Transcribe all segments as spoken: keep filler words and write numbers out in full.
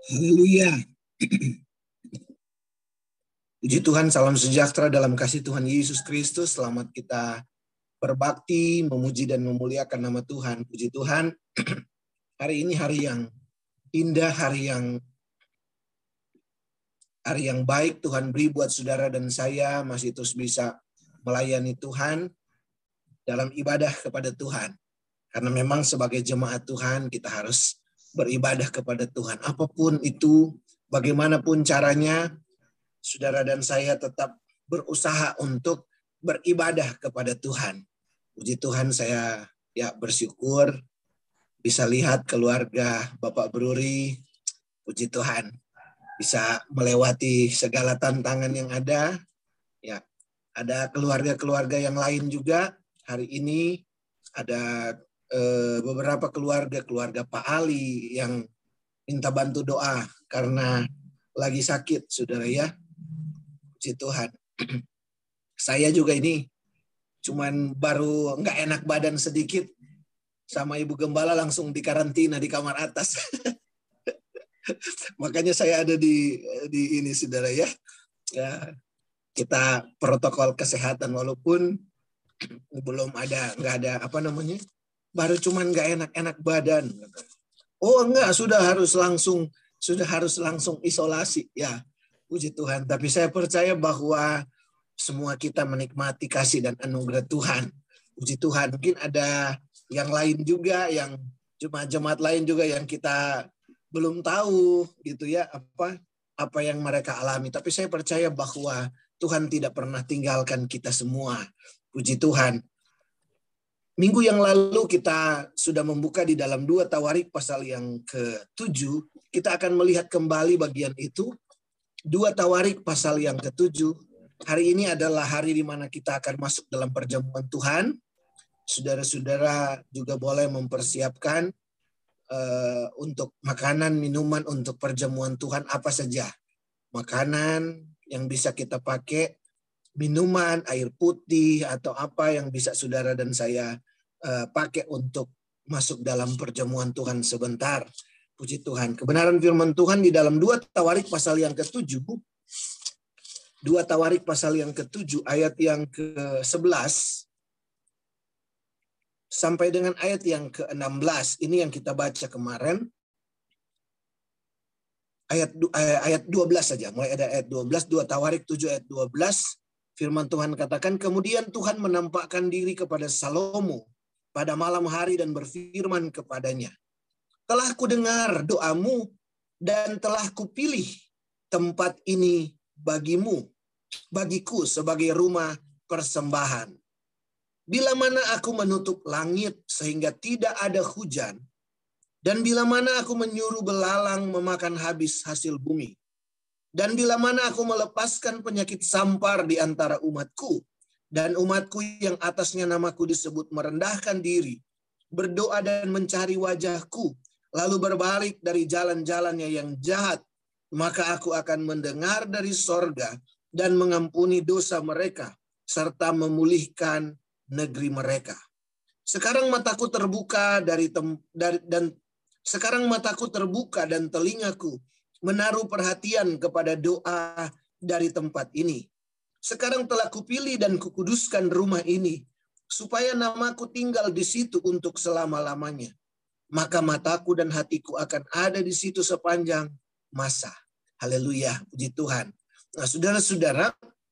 Haleluya. Puji Tuhan, salam sejahtera dalam kasih Tuhan Yesus Kristus. Selamat kita berbakti, memuji dan memuliakan nama Tuhan. Puji Tuhan, hari ini hari yang indah, hari yang hari yang baik Tuhan beri buat saudara dan saya masih terus bisa melayani Tuhan dalam ibadah kepada Tuhan. Karena memang sebagai jemaat Tuhan kita harus beribadah kepada Tuhan. Apapun itu, bagaimanapun caranya, saudara dan saya tetap berusaha untuk beribadah kepada Tuhan. Puji Tuhan, saya ya bersyukur bisa lihat keluarga Bapak Bruri. Puji Tuhan, bisa melewati segala tantangan yang ada. Ya, ada keluarga-keluarga yang lain juga. Hari ini ada eh, beberapa keluarga, keluarga Pak Ali yang minta bantu doa karena lagi sakit, saudara ya. Puji Tuhan. Saya juga ini cuman baru nggak enak badan sedikit, sama Ibu Gembala langsung dikarantina di kamar atas. Makanya saya ada di di ini, saudara ya. Ya, kita protokol kesehatan walaupun belum ada, nggak ada apa namanya, baru cuman nggak enak-enak badan. Oh enggak, sudah harus langsung sudah harus langsung isolasi ya. Puji Tuhan. Tapi saya percaya bahwa semua kita menikmati kasih dan anugerah Tuhan. Puji Tuhan. Mungkin ada yang lain juga, yang jemaat-jemaat lain juga yang kita belum tahu gitu ya, apa apa yang mereka alami. Tapi saya percaya bahwa Tuhan tidak pernah tinggalkan kita semua. Puji Tuhan. Minggu yang lalu kita sudah membuka di dalam dua Tawarik pasal yang ketujuh. Kita akan melihat kembali bagian itu. Dua Tawarik pasal yang ketujuh. Hari ini adalah hari di mana kita akan masuk dalam perjamuan Tuhan. Saudara-saudara juga boleh mempersiapkan uh, untuk makanan, minuman untuk perjamuan Tuhan apa saja. Makanan yang bisa kita pakai, minuman, air putih, atau apa yang bisa saudara dan saya uh, pakai untuk masuk dalam perjamuan Tuhan sebentar. Puji Tuhan. Kebenaran firman Tuhan di dalam dua Tawarik pasal yang ketujuh. dua Tawarik pasal yang ketujuh ayat yang ke sebelas sampai dengan ayat yang ke enam belas. Ini yang kita baca kemarin. Ayat ayat dua belas saja. Mulai ada ayat dua belas, dua Tawarik tujuh ayat dua belas. Firman Tuhan katakan, kemudian Tuhan menampakkan diri kepada Salomo pada malam hari dan berfirman kepadanya, telah kudengar doamu dan telah kupilih tempat ini bagimu, bagiku sebagai rumah persembahan. Bila mana aku menutup langit sehingga tidak ada hujan, dan bila mana aku menyuruh belalang memakan habis hasil bumi, dan bila mana aku melepaskan penyakit sampar di antara umatku, dan umatku yang atasnya namaku disebut merendahkan diri, berdoa dan mencari wajahku, lalu berbalik dari jalan-jalannya yang jahat, maka aku akan mendengar dari sorga dan mengampuni dosa mereka, serta memulihkan negeri mereka. Sekarang mataku terbuka dari, tem, dari dan sekarang mataku terbuka dan telingaku menaruh perhatian kepada doa dari tempat ini. Sekarang telah kupilih dan kukuduskan rumah ini, supaya namaku tinggal di situ untuk selama-lamanya. Maka mataku dan hatiku akan ada di situ sepanjang masa. Haleluya, puji Tuhan. Nah, saudara-saudara,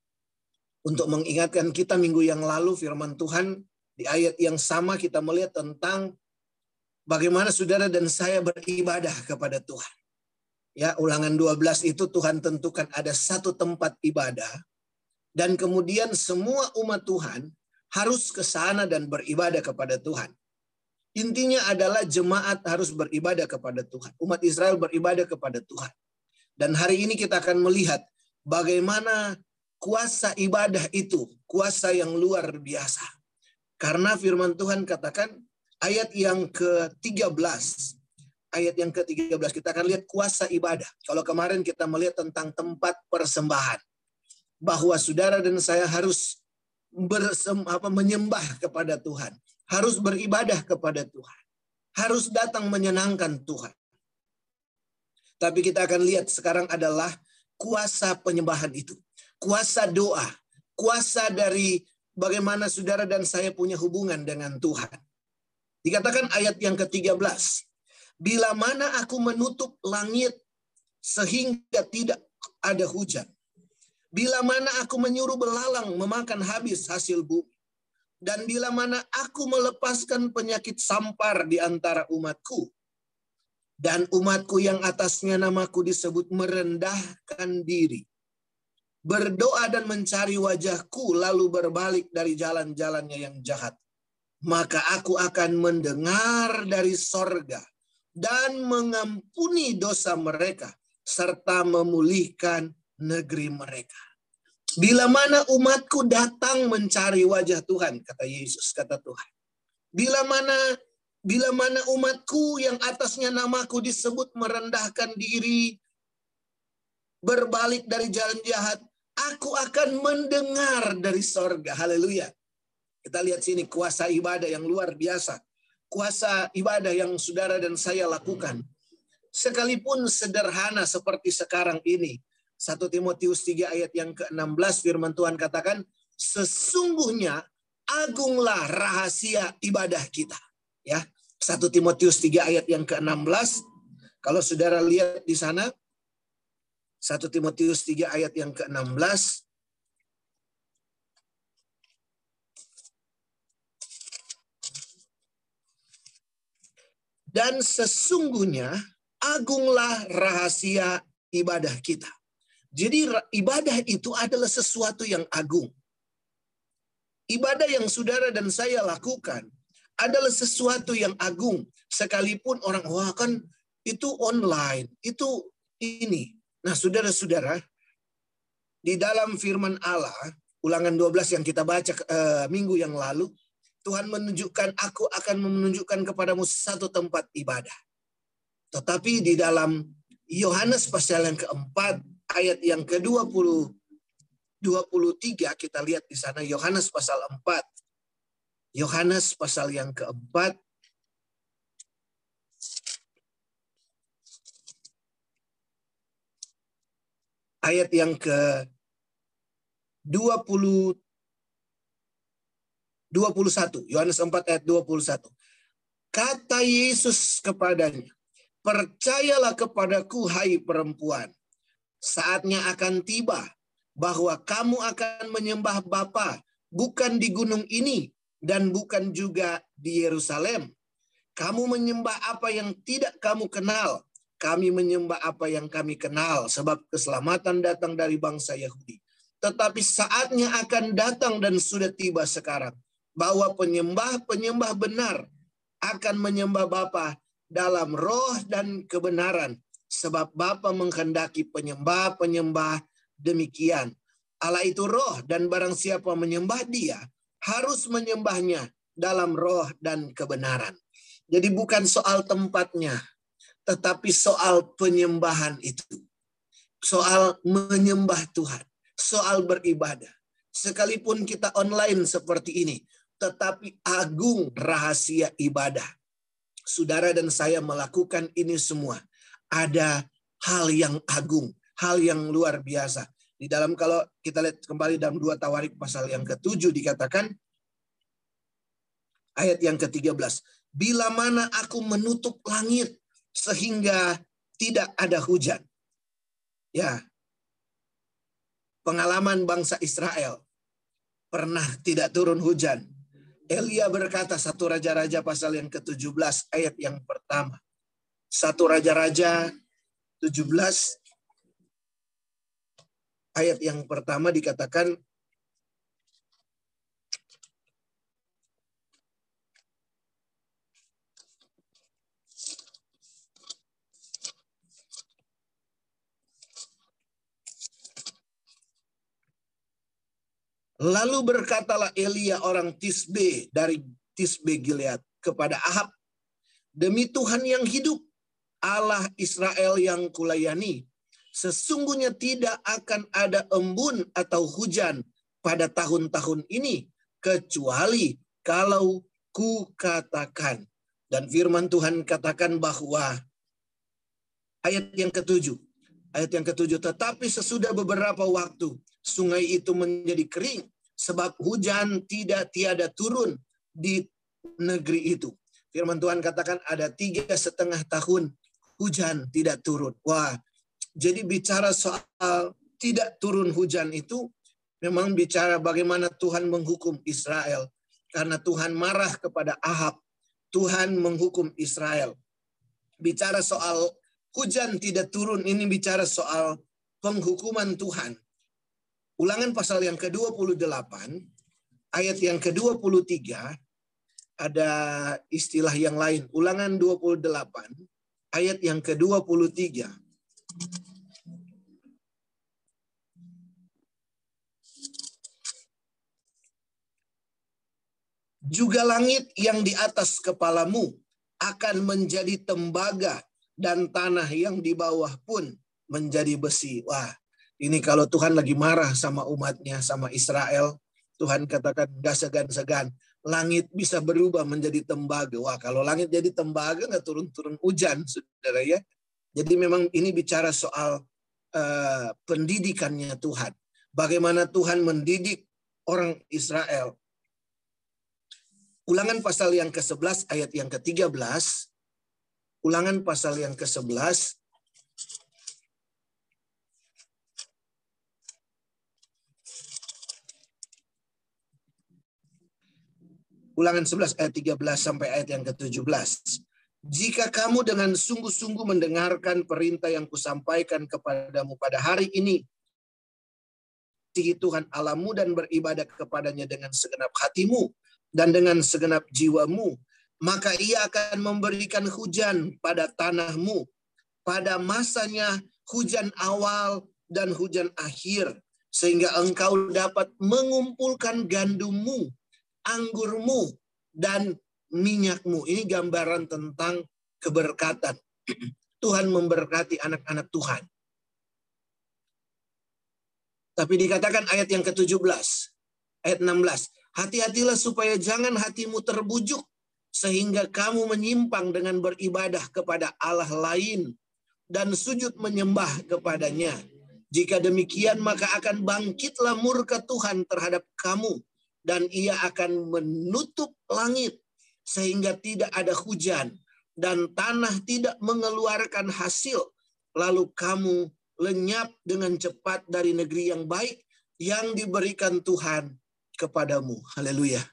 untuk mengingatkan kita minggu yang lalu firman Tuhan di ayat yang sama kita melihat tentang bagaimana saudara dan saya beribadah kepada Tuhan. Ya, Ulangan dua belas itu Tuhan tentukan ada satu tempat ibadah dan kemudian semua umat Tuhan harus ke sana dan beribadah kepada Tuhan. Intinya adalah jemaat harus beribadah kepada Tuhan. Umat Israel beribadah kepada Tuhan. Dan hari ini kita akan melihat bagaimana kuasa ibadah itu, kuasa yang luar biasa. Karena firman Tuhan katakan ayat yang ke tiga belas. Ayat yang ke tiga belas kita akan lihat kuasa ibadah. Kalau kemarin kita melihat tentang tempat persembahan. Bahwa saudara dan saya harus bersem, apa, menyembah kepada Tuhan. Harus beribadah kepada Tuhan. Harus datang menyenangkan Tuhan. Tapi kita akan lihat sekarang adalah kuasa penyembahan itu. Kuasa doa. Kuasa dari bagaimana saudara dan saya punya hubungan dengan Tuhan. Dikatakan ayat yang ketiga belas. Bila mana aku menutup langit sehingga tidak ada hujan. Bila mana aku menyuruh belalang memakan habis hasil bumi. Dan bila mana aku melepaskan penyakit sampar di antara umatku. Dan umatku yang atasnya namaku disebut merendahkan diri. Berdoa dan mencari wajahku lalu berbalik dari jalan-jalannya yang jahat. Maka aku akan mendengar dari sorga. Dan mengampuni dosa mereka. Serta memulihkan negeri mereka. Bila mana umatku datang mencari wajah Tuhan, kata Yesus, kata Tuhan. Bila mana bila mana umatku yang atasnya namaku disebut merendahkan diri, berbalik dari jalan jahat, aku akan mendengar dari sorga. Haleluya. Kita lihat sini kuasa ibadah yang luar biasa. Kuasa ibadah yang saudara dan saya lakukan. Sekalipun sederhana seperti sekarang ini. satu Timotius tiga ayat yang ke enam belas firman Tuhan katakan, sesungguhnya agunglah rahasia ibadah kita. Ya, satu Timotius tiga ayat yang ke enam belas. Kalau saudara lihat di sana, satu Timotius tiga ayat yang ke enam belas. Dan sesungguhnya agunglah rahasia ibadah kita. Jadi ibadah itu adalah sesuatu yang agung. Ibadah yang saudara dan saya lakukan adalah sesuatu yang agung. Sekalipun orang, wah kan itu online, itu ini. Nah saudara-saudara, di dalam firman Allah, Ulangan dua belas yang kita baca uh, minggu yang lalu, Tuhan menunjukkan, aku akan menunjukkan kepadamu satu tempat ibadah. Tetapi di dalam Yohanes pasal yang keempat, ayat yang ke dua puluh, dua puluh tiga, kita lihat di sana Yohanes pasal empat. Yohanes pasal yang keempat. Ayat yang ke dua puluh, dua puluh satu. Yohanes empat ayat dua puluh satu. Kata Yesus kepadanya, percayalah kepadaku hai perempuan. Saatnya akan tiba bahwa kamu akan menyembah Bapa bukan di gunung ini dan bukan juga di Yerusalem. Kamu menyembah apa yang tidak kamu kenal. Kami menyembah apa yang kami kenal, sebab keselamatan datang dari bangsa Yahudi. Tetapi saatnya akan datang dan sudah tiba sekarang, bahwa penyembah-penyembah benar akan menyembah Bapa dalam roh dan kebenaran. Sebab Bapa menghendaki penyembah-penyembah demikian. Allah itu roh, dan barang siapa menyembah Dia, harus menyembahnya dalam roh dan kebenaran. Jadi bukan soal tempatnya, tetapi soal penyembahan itu. Soal menyembah Tuhan. Soal beribadah. Sekalipun kita online seperti ini, tetapi agung rahasia ibadah. Saudara dan saya melakukan ini semua. Ada hal yang agung, hal yang luar biasa. Di dalam, kalau kita lihat kembali dalam dua Tawarik pasal yang ketujuh dikatakan, ayat yang ke tiga belas. Bila mana aku menutup langit sehingga tidak ada hujan. Ya, pengalaman bangsa Israel. Pernah tidak turun hujan. Elia berkata, satu Raja-Raja pasal yang ke tujuh belas ayat yang pertama. Satu Raja-Raja tujuh belas ayat yang pertama dikatakan, lalu berkatalah Elia orang Tisbe dari Tisbe Gilead kepada Ahab, demi Tuhan yang hidup, Allah Israel yang kulayani, sesungguhnya tidak akan ada embun atau hujan pada tahun-tahun ini, kecuali kalau ku katakan. Dan firman Tuhan katakan bahwa Ayat yang ketujuh. Ayat yang ketujuh, tetapi sesudah beberapa waktu sungai itu menjadi kering sebab hujan tidak tiada turun di negeri itu. Firman Tuhan katakan ada tiga setengah tahun hujan tidak turun. Wah, jadi bicara soal tidak turun hujan itu memang bicara bagaimana Tuhan menghukum Israel. Karena Tuhan marah kepada Ahab, Tuhan menghukum Israel. Bicara soal hujan tidak turun, ini bicara soal penghukuman Tuhan. Ulangan pasal yang ke dua puluh delapan, ayat yang ke dua puluh tiga, ada istilah yang lain. Ulangan dua puluh delapan, ayat yang ke dua puluh tiga. Juga langit yang di atas kepalamu akan menjadi tembaga dan tanah yang di bawah pun menjadi besi. Wah, ini kalau Tuhan lagi marah sama umatnya, sama Israel, Tuhan katakan gak segan-segan. Langit bisa berubah menjadi tembaga. Wah, kalau langit jadi tembaga nggak turun-turun hujan, saudara ya. Jadi memang ini bicara soal uh, pendidikannya Tuhan. Bagaimana Tuhan mendidik orang Israel. Ulangan pasal yang ke sebelas ayat yang ke tiga belas. Ulangan pasal yang ke sebelas. Ulangan sebelas ayat tiga belas sampai ayat yang ke tujuh belas. Jika kamu dengan sungguh-sungguh mendengarkan perintah yang kusampaikan kepadamu pada hari ini, Tuhan Allahmu dan beribadah kepadanya dengan segenap hatimu dan dengan segenap jiwamu, maka ia akan memberikan hujan pada tanahmu, pada masanya hujan awal dan hujan akhir, sehingga engkau dapat mengumpulkan gandummu, anggurmu, dan minyakmu. Ini gambaran tentang keberkatan. Tuhan memberkati anak-anak Tuhan. Tapi dikatakan ayat yang ke tujuh belas, ayat enam belas. Hati-hatilah supaya jangan hatimu terbujuk sehingga kamu menyimpang dengan beribadah kepada Allah lain dan sujud menyembah kepadanya. Jika demikian maka akan bangkitlah murka Tuhan terhadap kamu dan ia akan menutup langit sehingga tidak ada hujan dan tanah tidak mengeluarkan hasil. Lalu kamu lenyap dengan cepat dari negeri yang baik yang diberikan Tuhan kepadamu. Haleluya.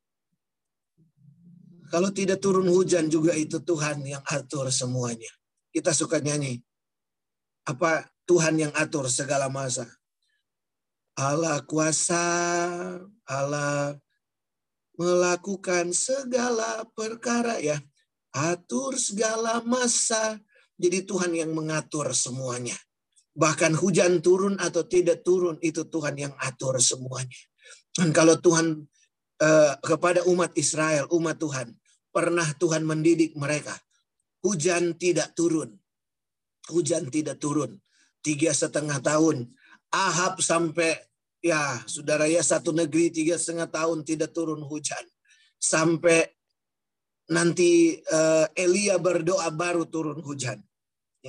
Kalau tidak turun hujan juga itu Tuhan yang atur semuanya. Kita suka nyanyi. Apa Tuhan yang atur segala masa. Allah kuasa, Allah melakukan segala perkara ya. Atur segala masa. Jadi Tuhan yang mengatur semuanya. Bahkan hujan turun atau tidak turun itu Tuhan yang atur semuanya. Dan kalau Tuhan eh, kepada umat Israel, umat Tuhan, pernah Tuhan mendidik mereka. Hujan tidak turun. Hujan tidak turun. Tiga setengah tahun. Ahab sampai, ya saudara ya, satu negeri tiga setengah tahun tidak turun hujan. Sampai nanti eh, Elia berdoa baru turun hujan. Ya.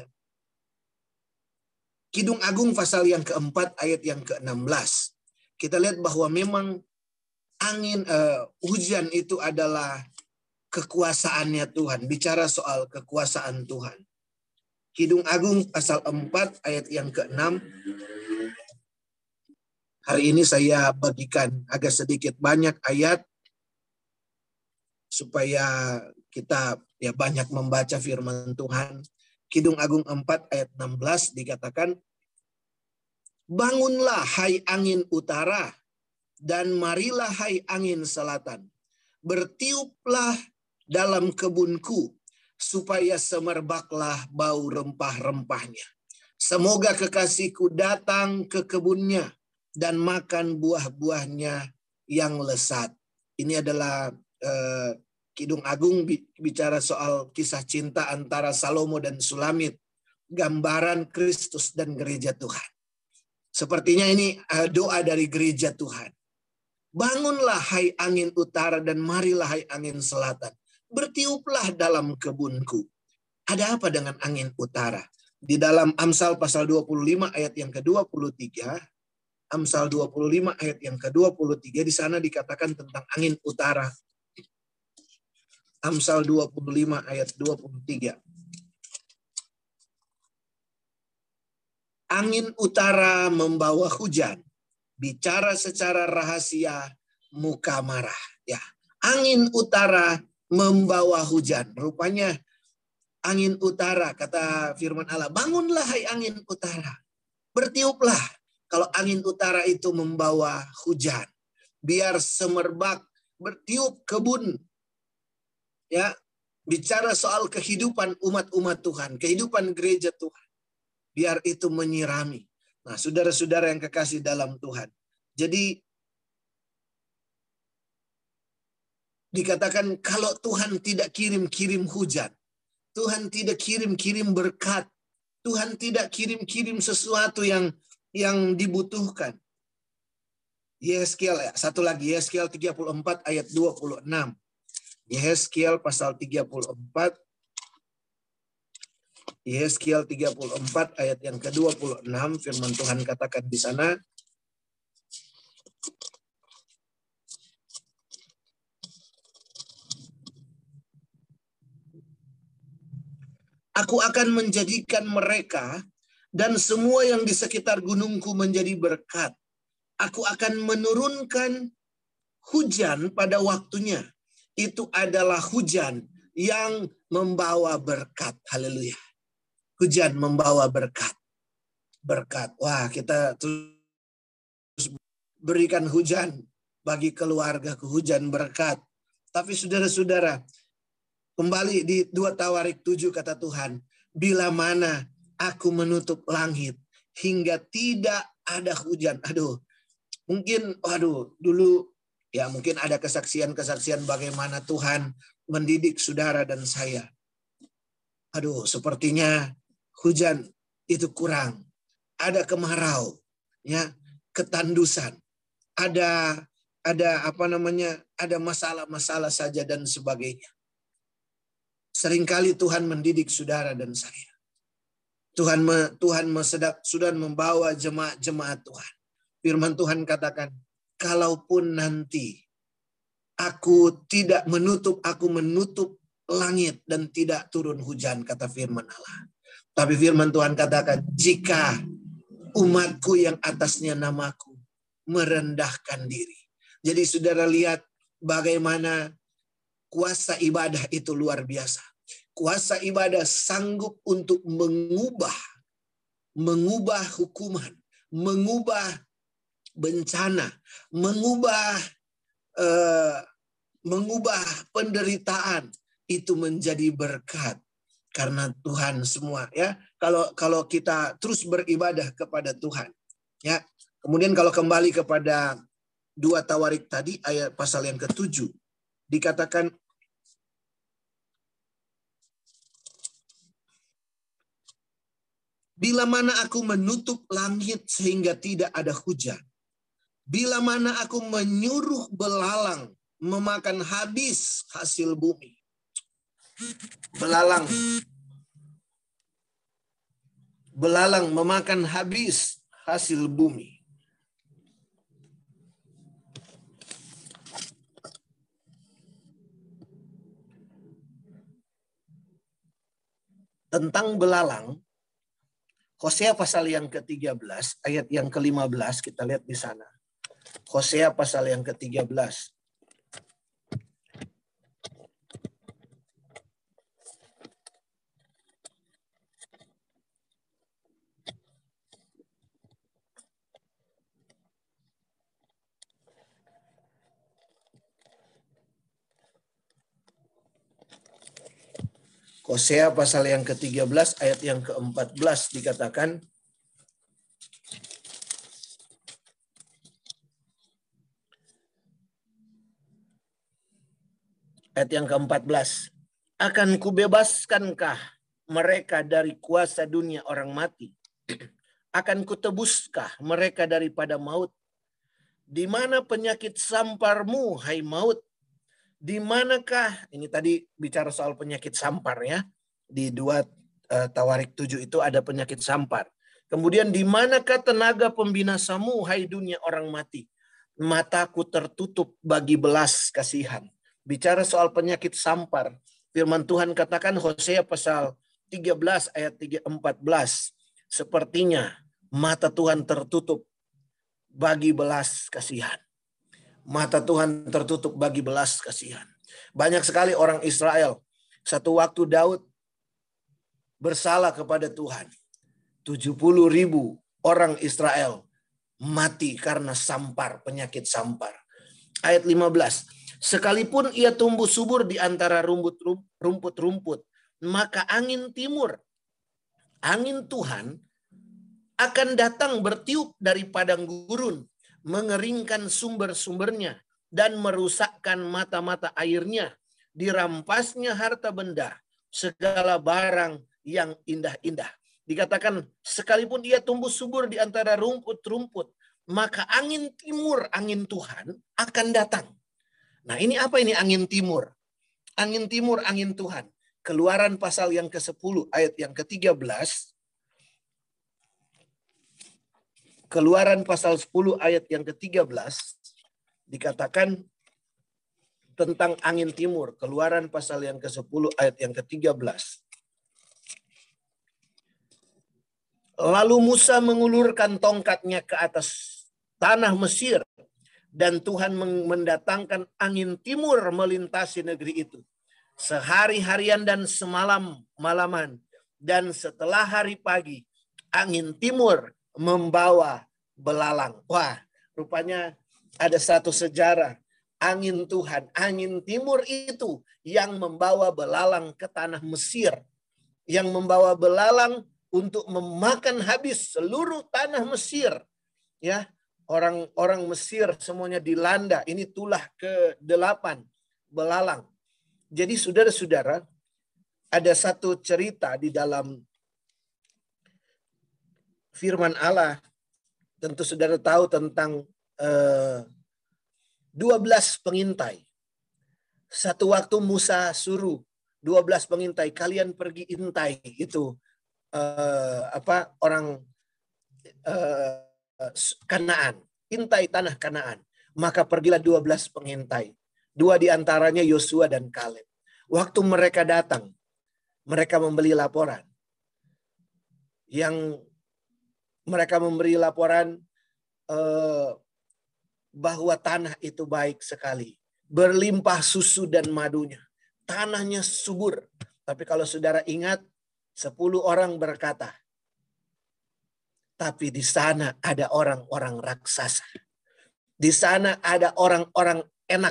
Kidung Agung pasal yang keempat ayat yang ke enam belas. Kita lihat bahwa memang angin uh, hujan itu adalah kekuasaannya Tuhan. Bicara soal kekuasaan Tuhan. Kidung Agung pasal empat ayat yang ke enam. Hari ini saya bagikan agak sedikit banyak ayat supaya kita ya banyak membaca firman Tuhan. Kidung Agung empat ayat enam belas dikatakan, bangunlah hai angin utara dan marilah hai angin selatan. Bertiuplah dalam kebunku supaya semerbaklah bau rempah-rempahnya. Semoga kekasihku datang ke kebunnya dan makan buah-buahnya yang lesat. Ini adalah eh, Kidung Agung bicara soal kisah cinta antara Salomo dan Sulamit. Gambaran Kristus dan gereja Tuhan. Sepertinya ini eh, doa dari gereja Tuhan. Bangunlah hai angin utara dan marilah hai angin selatan. Bertiuplah dalam kebunku. Ada apa dengan angin utara? Di dalam Amsal pasal dua puluh lima ayat yang ke dua puluh tiga, Amsal dua puluh lima ayat yang ke dua puluh tiga, di sana dikatakan tentang angin utara. Amsal dua puluh lima ayat dua puluh tiga. Angin utara membawa hujan, bicara secara rahasia, muka marah. Ya, angin utara membawa hujan. Rupanya angin utara, kata firman Allah, bangunlah hai angin utara, bertiuplah. Kalau angin utara itu membawa hujan, biar semerbak bertiup kebun. Ya, bicara soal kehidupan umat-umat Tuhan, kehidupan gereja Tuhan. Biar itu menyirami. Nah, saudara-saudara yang kekasih dalam Tuhan. Jadi, dikatakan kalau Tuhan tidak kirim-kirim hujan, Tuhan tidak kirim-kirim berkat, Tuhan tidak kirim-kirim sesuatu yang yang dibutuhkan. Yehezkiel, satu lagi, Yehezkiel tiga puluh empat ayat dua puluh enam. Yehezkiel pasal tiga puluh empat. Yehezkiel tiga puluh empat ayat yang ke dua puluh enam, firman Tuhan katakan di sana, Aku akan menjadikan mereka dan semua yang di sekitar gunungku menjadi berkat. Aku akan menurunkan hujan pada waktunya. Itu adalah hujan yang membawa berkat. Haleluya. Hujan membawa berkat. Berkat. Wah, kita terus berikan hujan bagi keluarga, hujan berkat. Tapi saudara-saudara, kembali di dua Tawarik tujuh kata Tuhan, bila mana aku menutup langit hingga tidak ada hujan. Aduh, mungkin, waduh, dulu ya mungkin ada kesaksian-kesaksian bagaimana Tuhan mendidik saudara dan saya. Aduh, sepertinya hujan itu kurang. Ada kemarau, ya, ketandusan. Ada ada apa namanya? Ada masalah-masalah saja dan sebagainya. Seringkali Tuhan mendidik saudara dan saya. Tuhan me, Tuhan mesedap, sudah membawa jemaat-jemaat Tuhan. Firman Tuhan katakan, kalaupun nanti aku tidak menutup, aku menutup langit dan tidak turun hujan, kata firman Allah. Tapi firman Tuhan katakan, jika umatku yang atasnya namaku merendahkan diri. Jadi saudara lihat bagaimana kuasa ibadah itu luar biasa. Kuasa ibadah sanggup untuk mengubah, mengubah hukuman, mengubah bencana, mengubah, uh, mengubah penderitaan itu menjadi berkat karena Tuhan semua. Ya, kalau kalau kita terus beribadah kepada Tuhan, ya. Kemudian kalau kembali kepada dua Tawarik tadi ayat pasal yang ketujuh, dikatakan bila mana aku menutup langit sehingga tidak ada hujan, bila mana aku menyuruh belalang memakan habis hasil bumi. Belalang, belalang memakan habis hasil bumi. Tentang belalang, Hosea pasal yang ke tiga belas, ayat yang ke lima belas, kita lihat di sana. Hosea pasal yang ke tiga belas. Hosea pasal yang ke tiga belas, ayat yang ke empat belas dikatakan, ayat yang ke empat belas, akan kubebaskankah mereka dari kuasa dunia orang mati? Akan kutebuskah mereka daripada maut? Di mana penyakit samparmu, hai maut? Di manakah, ini tadi bicara soal penyakit sampar ya, di dua uh, Tawarik tujuh itu ada penyakit sampar. Kemudian di manakah tenaga pembinasamu, hai dunia orang mati? Mataku tertutup bagi belas kasihan. Bicara soal penyakit sampar, firman Tuhan katakan Hosea pasal tiga belas ayat tiga empat belas. Sepertinya mata Tuhan tertutup bagi belas kasihan. Mata Tuhan tertutup bagi belas kasihan. Banyak sekali orang Israel. Satu waktu Daud bersalah kepada Tuhan. tujuh puluh ribu orang Israel mati karena sampar, penyakit sampar. Ayat lima belas. Sekalipun ia tumbuh subur di antara rumput-rumput, maka angin timur, angin Tuhan akan datang bertiup dari padang gurun, mengeringkan sumber-sumbernya dan merusakkan mata-mata airnya, dirampasnya harta benda, segala barang yang indah-indah. Dikatakan sekalipun ia tumbuh subur di antara rumput-rumput, maka angin timur, angin Tuhan akan datang. Nah, ini apa ini angin timur? Angin timur, angin Tuhan. Keluaran pasal yang kesepuluh ayat yang ketiga belas. Keluaran pasal sepuluh ayat yang ketiga belas dikatakan tentang angin timur. Keluaran pasal yang kesepuluh ayat yang ketiga belas. Lalu Musa mengulurkan tongkatnya ke atas tanah Mesir, dan Tuhan mendatangkan angin timur melintasi negeri itu sehari-harian dan semalam-malaman. Dan setelah hari pagi, angin timur membawa belalang. Wah, rupanya ada satu sejarah. Angin Tuhan, angin timur itu yang membawa belalang ke tanah Mesir. Yang membawa belalang untuk memakan habis seluruh tanah Mesir. Ya, orang-orang Mesir semuanya dilanda. Ini tulah ke delapan belalang. Jadi saudara-saudara, ada satu cerita di dalam firman Allah. Tentu saudara tahu tentang eh, dua belas pengintai. Satu waktu Musa suruh dua belas pengintai, kalian pergi intai itu eh, apa orang eh, Kanaan, intai tanah Kanaan. Maka pergilah dua belas pengintai. Dua diantaranya Yosua dan Kaleb. Waktu mereka datang, mereka membeli laporan. Yang mereka memberi laporan eh, bahwa tanah itu baik sekali. Berlimpah susu dan madunya. Tanahnya subur. Tapi kalau saudara ingat, sepuluh orang berkata, tapi di sana ada orang-orang raksasa. Di sana ada orang-orang enak.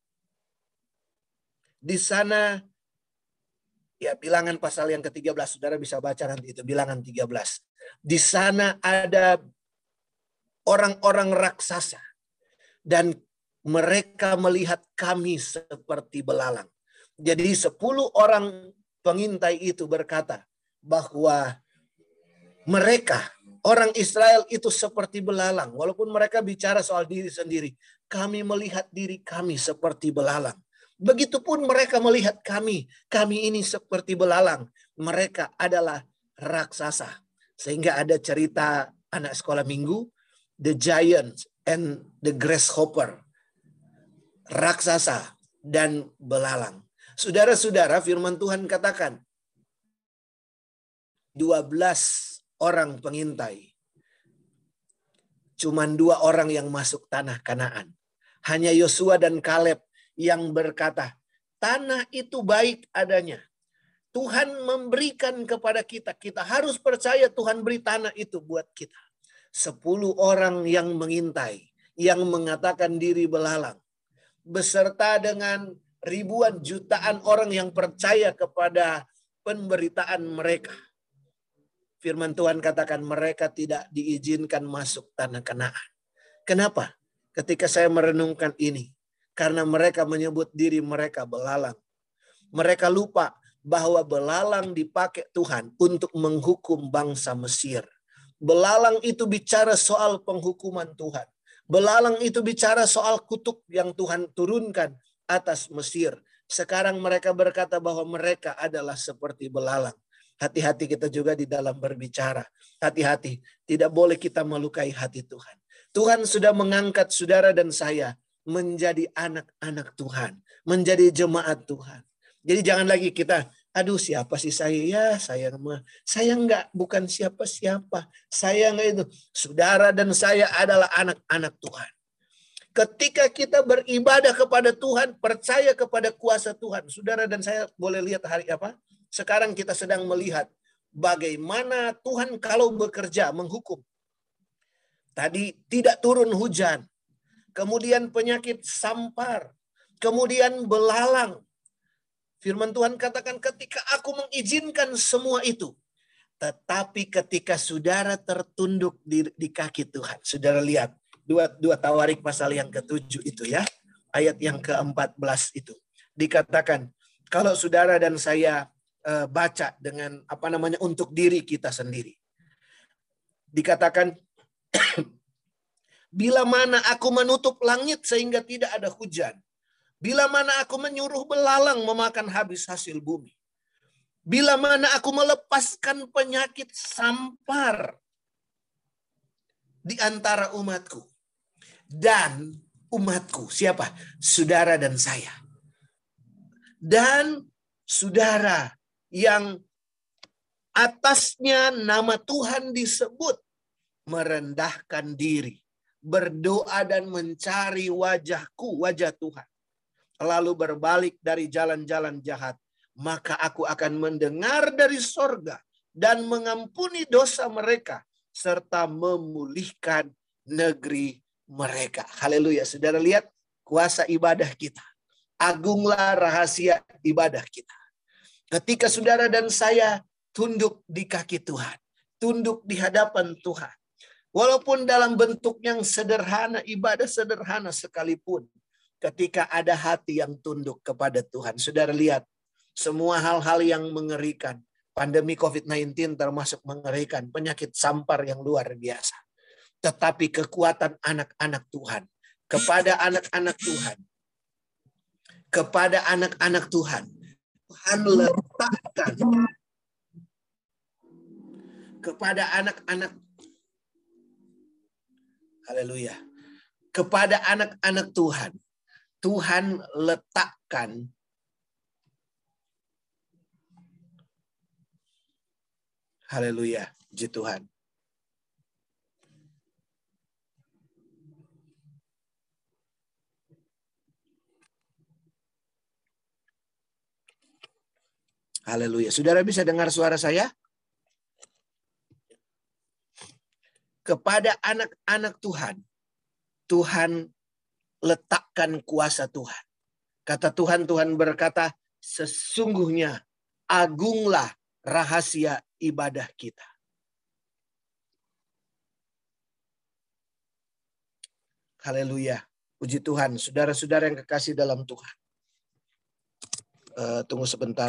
Di sana, ya bilangan pasal yang ke tiga belas, saudara bisa baca nanti itu, bilangan tiga belas. Di sana ada orang-orang raksasa. Dan mereka melihat kami seperti belalang. Jadi sepuluh orang pengintai itu berkata bahwa mereka, orang Israel itu seperti belalang. Walaupun mereka bicara soal diri sendiri. Kami melihat diri kami seperti belalang. Begitupun mereka melihat kami. Kami ini seperti belalang. Mereka adalah raksasa. Sehingga ada cerita anak sekolah minggu. The giant and the grasshopper. Raksasa dan belalang. Saudara-saudara, firman Tuhan katakan. dua belas orang pengintai. Cuman dua orang yang masuk tanah Kanaan. Hanya Yosua dan Kaleb yang berkata, tanah itu baik adanya. Tuhan memberikan kepada kita. Kita harus percaya Tuhan beri tanah itu buat kita. Sepuluh orang yang mengintai. Yang mengatakan diri belalang. Beserta dengan ribuan jutaan orang yang percaya kepada pemberitaan mereka. Firman Tuhan katakan mereka tidak diizinkan masuk tanah Kanaan. Kenapa? Ketika saya merenungkan ini. Karena mereka menyebut diri mereka belalang. Mereka lupa bahwa belalang dipakai Tuhan untuk menghukum bangsa Mesir. Belalang itu bicara soal penghukuman Tuhan. Belalang itu bicara soal kutuk yang Tuhan turunkan atas Mesir. Sekarang mereka berkata bahwa mereka adalah seperti belalang. Hati-hati kita juga di dalam berbicara. Hati-hati, tidak boleh kita melukai hati Tuhan. Tuhan sudah mengangkat saudara dan saya menjadi anak-anak Tuhan, menjadi jemaat Tuhan. Jadi jangan lagi kita, aduh siapa sih saya? Ya saya mah, saya enggak, bukan siapa-siapa. Saya enggak itu. Saudara dan saya adalah anak-anak Tuhan. Ketika kita beribadah kepada Tuhan, percaya kepada kuasa Tuhan. Saudara dan saya boleh lihat hari apa? Sekarang kita sedang melihat bagaimana Tuhan kalau bekerja menghukum. Tadi tidak turun hujan. Kemudian penyakit sampar. Kemudian belalang. Firman Tuhan katakan ketika aku mengizinkan semua itu. Tetapi ketika saudara tertunduk di, di kaki Tuhan. Saudara lihat. Dua, dua Tawarik pasal yang ketujuh itu ya. Ayat yang keempat belas itu. Dikatakan, kalau saudara dan saya uh, baca dengan apa namanya untuk diri kita sendiri. Dikatakan, bila mana aku menutup langit sehingga tidak ada hujan. Bila mana aku menyuruh belalang memakan habis hasil bumi. Bila mana aku melepaskan penyakit sampar di antara umatku. Dan umatku, siapa? Saudara dan saya. Dan saudara yang atasnya nama Tuhan disebut, merendahkan diri, berdoa dan mencari wajahku, wajah Tuhan. Lalu berbalik dari jalan-jalan jahat, maka aku akan mendengar dari sorga dan mengampuni dosa mereka, serta memulihkan negeri mereka. Haleluya. Saudara lihat kuasa ibadah kita. Agunglah rahasia ibadah kita. Ketika saudara dan saya tunduk di kaki Tuhan. Tunduk di hadapan Tuhan. Walaupun dalam bentuk yang sederhana, ibadah sederhana sekalipun. Ketika ada hati yang tunduk kepada Tuhan. Saudara lihat semua hal-hal yang mengerikan. Pandemi covid sembilan belas termasuk mengerikan. Penyakit sampar yang luar biasa. Tetapi kekuatan anak-anak Tuhan. Kepada anak-anak Tuhan. Kepada anak-anak Tuhan. Tuhan letakkan. Kepada anak-anak. Haleluya. Kepada anak-anak Tuhan. Tuhan letakkan. Haleluya. Puji Tuhan. Haleluya. Saudara bisa dengar suara saya? Kepada anak-anak Tuhan, Tuhan letakkan kuasa Tuhan. Kata Tuhan, Tuhan berkata, sesungguhnya agunglah rahasia ibadah kita. Haleluya. Puji Tuhan. Saudara-saudara yang kekasih dalam Tuhan. Uh, tunggu sebentar.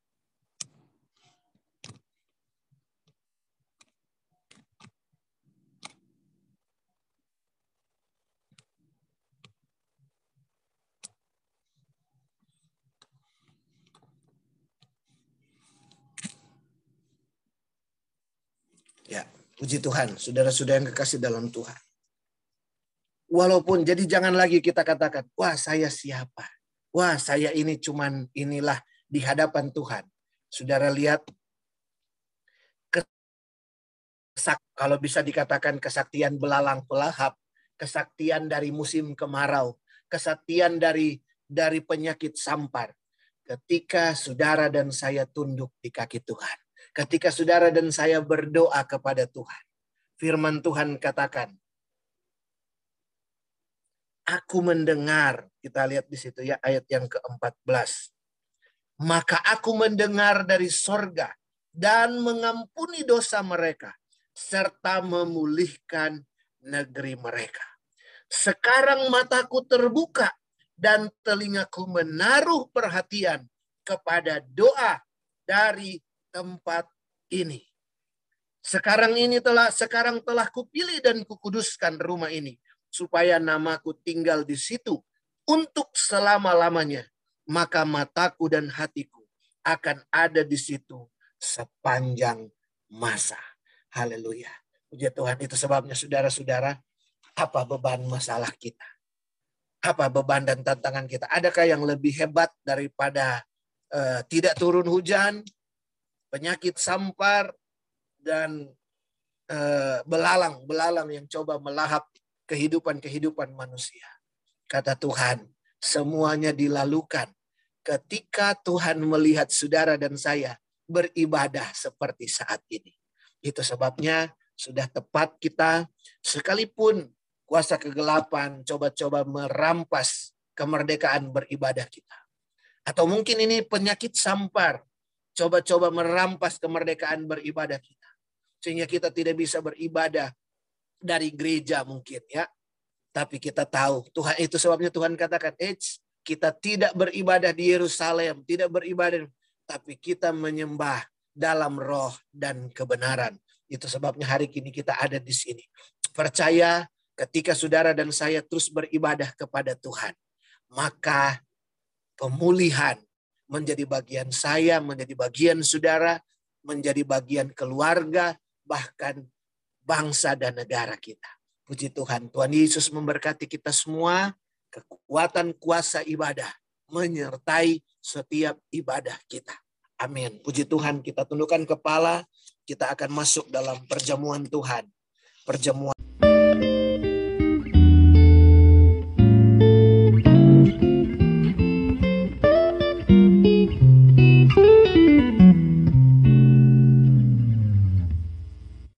Ya, puji Tuhan, saudara-saudara yang kekasih dalam Tuhan. Walaupun, jadi jangan lagi kita katakan, wah saya siapa? Wah saya ini cuman inilah di hadapan Tuhan. Saudara lihat, kesak, kalau bisa dikatakan kesaktian belalang pelahap, kesaktian dari musim kemarau, kesaktian dari dari penyakit sampar. Ketika saudara dan saya tunduk di kaki Tuhan. Ketika saudara dan saya berdoa kepada Tuhan. Firman Tuhan katakan, aku mendengar, kita lihat di situ ya ayat yang keempat belas. Maka aku mendengar dari sorga dan mengampuni dosa mereka serta memulihkan negeri mereka. Sekarang mataku terbuka dan telingaku menaruh perhatian kepada doa dari tempat ini. Sekarang ini telah sekarang telah kupilih dan kukuduskan rumah ini supaya namaku tinggal di situ untuk selama-lamanya. Maka mataku dan hatiku akan ada di situ sepanjang masa. Haleluya. Puji Tuhan, itu sebabnya saudara-saudara, apa beban masalah kita? Apa beban dan tantangan kita? Adakah yang lebih hebat daripada uh, tidak turun hujan, penyakit sampar, dan uh, belalang-belalang yang coba melahap kehidupan-kehidupan manusia? Kata Tuhan, semuanya dilalukan ketika Tuhan melihat saudara dan saya beribadah seperti saat ini. Itu sebabnya sudah tepat kita, sekalipun kuasa kegelapan coba-coba merampas kemerdekaan beribadah kita. Atau mungkin ini penyakit sampar coba-coba merampas kemerdekaan beribadah kita. Sehingga kita tidak bisa beribadah dari gereja mungkin ya. Tapi kita tahu, Tuhan itu sebabnya Tuhan katakan, Eits, kita tidak beribadah di Yerusalem, tidak beribadah, tapi kita menyembah dalam roh dan kebenaran. Itu sebabnya hari ini kita ada di sini. Percaya ketika saudara dan saya terus beribadah kepada Tuhan, maka pemulihan menjadi bagian saya, menjadi bagian saudara, menjadi bagian keluarga, bahkan bangsa dan negara kita. Puji Tuhan, Tuhan Yesus memberkati kita semua, kekuatan kuasa ibadah menyertai setiap ibadah kita. Amin. Puji Tuhan, kita tundukkan kepala, kita akan masuk dalam perjamuan Tuhan. Perjamuan